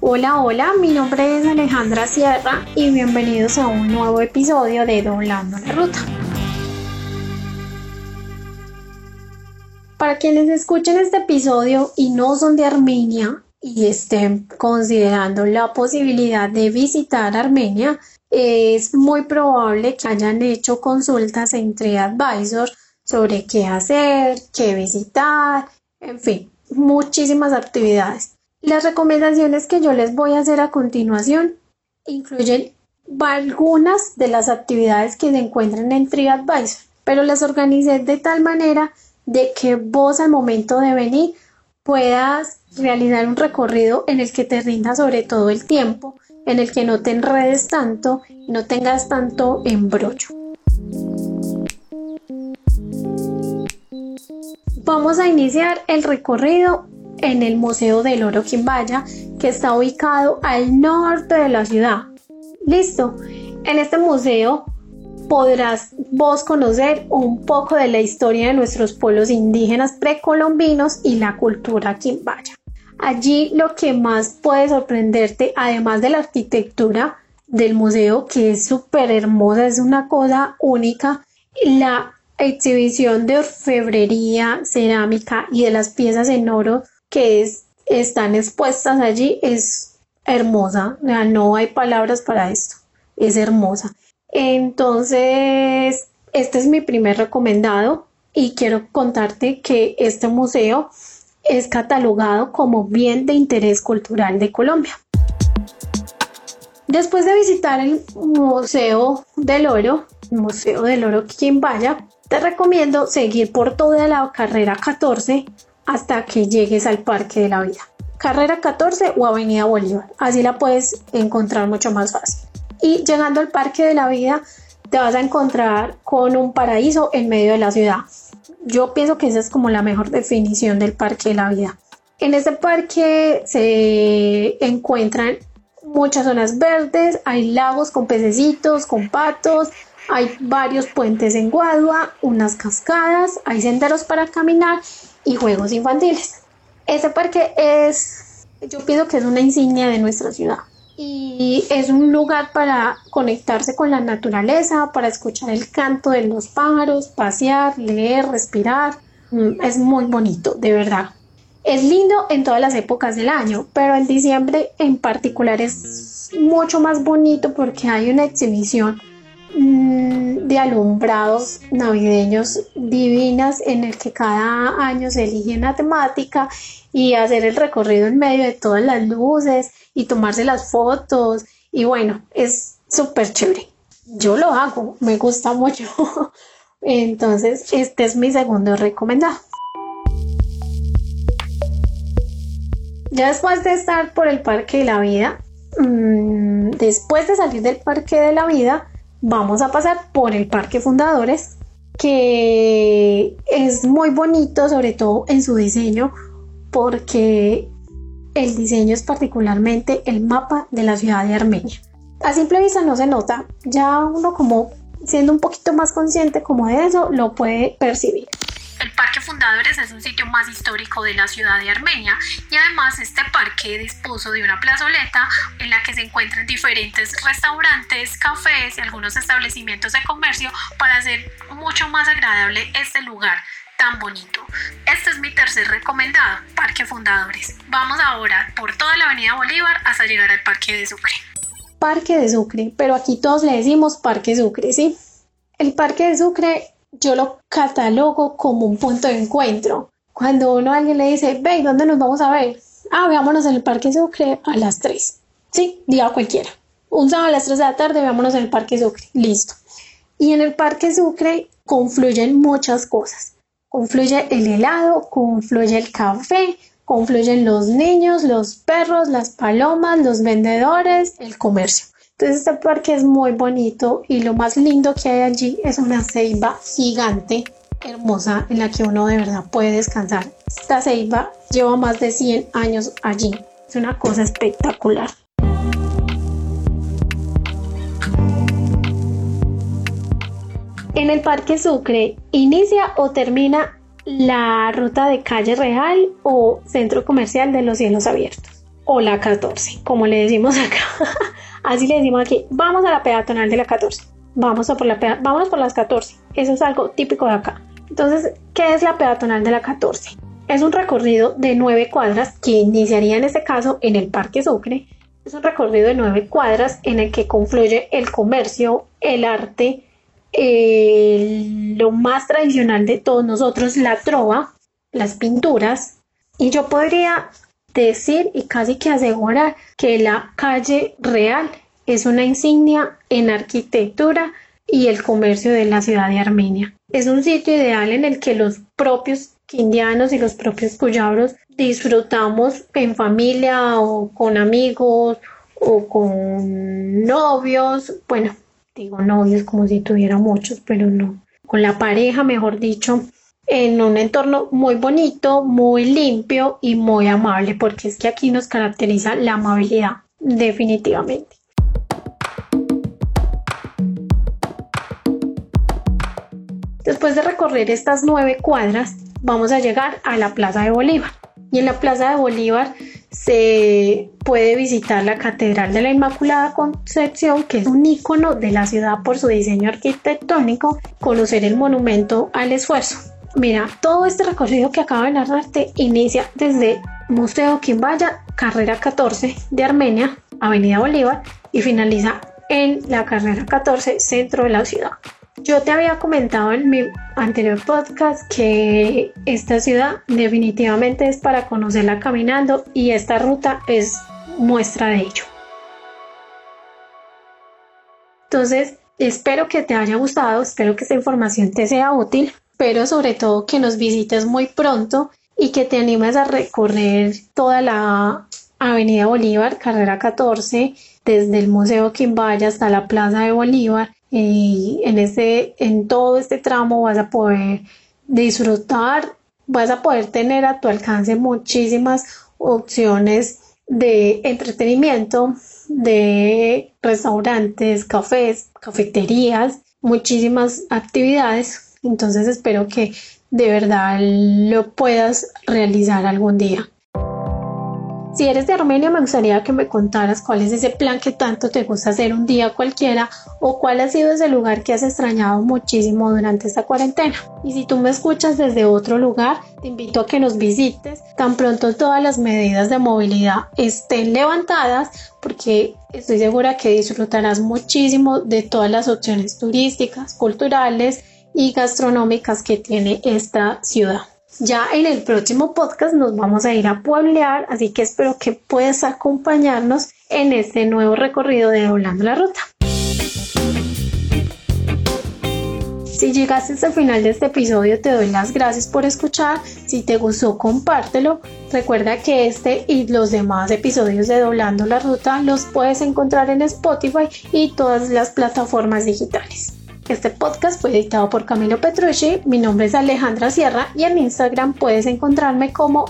Hola, hola, mi nombre es Alejandra Sierra y bienvenidos a un nuevo episodio de Doblando la Ruta. Para quienes escuchen este episodio y no son de Armenia y estén considerando la posibilidad de visitar Armenia, es muy probable que hayan hecho consultas en TripAdvisor sobre qué hacer, qué visitar, en fin, muchísimas actividades. Las recomendaciones que yo les voy a hacer a continuación incluyen algunas de las actividades que se encuentran en TripAdvisor, pero las organicé de tal manera de que vos al momento de venir puedas realizar un recorrido en el que te rinda sobre todo el tiempo, en el que no te enredes tanto y no tengas tanto embrollo. Vamos a iniciar el recorrido en el Museo del Oro Quimbaya, que está ubicado al norte de la ciudad. Listo, en este museo podrás vos conocer un poco de la historia de nuestros pueblos indígenas precolombinos y la cultura quimbaya. Allí lo que más puede sorprenderte, además de la arquitectura del museo, que es súper hermosa, es una cosa única, la exhibición de orfebrería, cerámica y de las piezas en oro que están expuestas allí es hermosa. No hay palabras para esto, es hermosa. Entonces, este es mi primer recomendado y quiero contarte que este museo es catalogado como bien de interés cultural de Colombia. Después de visitar el Museo del Oro Quimbaya, te recomiendo seguir por toda la carrera 14 hasta que llegues al Parque de la Vida. Carrera 14 o Avenida Bolívar, así la puedes encontrar mucho más fácil. Y llegando al Parque de la Vida te vas a encontrar con un paraíso en medio de la ciudad. Yo pienso que esa es como la mejor definición del Parque de la Vida. En este parque se encuentran muchas zonas verdes, hay lagos con pececitos, con patos, hay varios puentes en Guadua, unas cascadas, hay senderos para caminar y juegos infantiles. Este parque yo pienso que es una insignia de nuestra ciudad y es un lugar para conectarse con la naturaleza, para escuchar el canto de los pájaros, pasear, leer, respirar. Es muy bonito, de verdad. Es lindo en todas las épocas del año, pero en diciembre en particular es mucho más bonito porque hay una exhibición de alumbrados navideños divinas en el que cada año se elige una temática y hacer el recorrido en medio de todas las luces y tomarse las fotos y bueno, es súper chévere. Yo lo hago, me gusta mucho. Entonces este es mi segundo recomendado. Ya después de estar por el Parque de la Vida, después de salir del Parque de la Vida, vamos a pasar por el Parque Fundadores, que es muy bonito, sobre todo en su diseño, porque el diseño es particularmente el mapa de la ciudad de Armenia. A simple vista no se nota, ya uno como siendo un poquito más consciente como de eso, lo puede percibir. El Parque Fundadores es un sitio más histórico de la ciudad de Armenia y además este parque dispuso de una plazoleta en la que se encuentran diferentes restaurantes, cafés y algunos establecimientos de comercio para hacer mucho más agradable este lugar tan bonito. Este es mi tercer recomendado, Parque Fundadores. Vamos ahora por toda la Avenida Bolívar hasta llegar al Parque de Sucre. Parque de Sucre, pero aquí todos le decimos Parque Sucre, ¿sí? El Parque de Sucre yo lo catalogo como un punto de encuentro. Cuando uno a alguien le dice, ve, ¿dónde nos vamos a ver? Veámonos en el Parque Sucre a las 3. Sí, día cualquiera. Un sábado a las 3 de la tarde, veámonos en el Parque Sucre. Listo. Y en el Parque Sucre confluyen muchas cosas. Confluye el helado, confluye el café, confluyen los niños, los perros, las palomas, los vendedores, el comercio. Entonces este parque es muy bonito y lo más lindo que hay allí es una ceiba gigante, hermosa, en la que uno de verdad puede descansar. Esta ceiba lleva más de 100 años allí. Es una cosa espectacular. En el Parque Sucre inicia o termina la ruta de Calle Real o Centro Comercial de los Cielos Abiertos. o la 14, como le decimos acá. Así le decimos aquí, vamos a la peatonal de la 14, vamos por las 14, eso es algo típico de acá. Entonces, ¿qué es la peatonal de la 14? Es un recorrido de 9 cuadras que iniciaría en este caso en el Parque Sucre. Es un recorrido de 9 cuadras en el que confluye el comercio, el arte, lo más tradicional de todos nosotros, la trova, las pinturas. Y yo podría decir y casi que asegurar que la calle Real es una insignia en arquitectura y el comercio de la ciudad de Armenia. Es un sitio ideal en el que los propios quindianos y los propios cuyabros disfrutamos en familia o con amigos o con novios. Bueno, digo novios como si tuviera muchos, pero no. Con la pareja, mejor dicho, en un entorno muy bonito, muy limpio y muy amable, porque es que aquí nos caracteriza la amabilidad, definitivamente. Después de recorrer estas 9 cuadras, vamos a llegar a la Plaza de Bolívar. Y en la Plaza de Bolívar se puede visitar la Catedral de la Inmaculada Concepción, que es un ícono de la ciudad por su diseño arquitectónico, conocer el Monumento al Esfuerzo. Mira, todo este recorrido que acabo de narrarte inicia desde Museo Quimbaya, carrera 14 de Armenia, Avenida Bolívar, y finaliza en la carrera 14, centro de la ciudad. Yo te había comentado en mi anterior podcast que esta ciudad definitivamente es para conocerla caminando y esta ruta es muestra de ello. Entonces, espero que te haya gustado, espero que esta información te sea útil, pero sobre todo que nos visites muy pronto y que te animes a recorrer toda la Avenida Bolívar, carrera 14, desde el Museo Quimbaya hasta la Plaza de Bolívar. Y en todo este tramo vas a poder disfrutar, vas a poder tener a tu alcance muchísimas opciones de entretenimiento, de restaurantes, cafés, cafeterías, muchísimas actividades. Entonces espero que de verdad lo puedas realizar algún día. Si eres de Armenia, me gustaría que me contaras cuál es ese plan que tanto te gusta hacer un día cualquiera o cuál ha sido ese lugar que has extrañado muchísimo durante esta cuarentena. Y si tú me escuchas desde otro lugar, te invito a que nos visites tan pronto todas las medidas de movilidad estén levantadas, porque estoy segura que disfrutarás muchísimo de todas las opciones turísticas, culturales y gastronómicas que tiene esta ciudad. Ya en el próximo podcast nos vamos a ir a pueblear, así que espero que puedas acompañarnos en este nuevo recorrido de Doblando la Ruta. Si llegaste hasta el final de este episodio, te doy las gracias por escuchar. Si te gustó, compártelo. Recuerda que este y los demás episodios de Doblando la Ruta los puedes encontrar en Spotify y todas las plataformas digitales. Este podcast fue editado por Camilo Petrucci, mi nombre es Alejandra Sierra y en Instagram puedes encontrarme como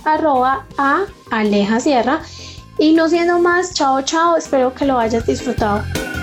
@alejasierra. Y no siendo más, chao, espero que lo hayas disfrutado.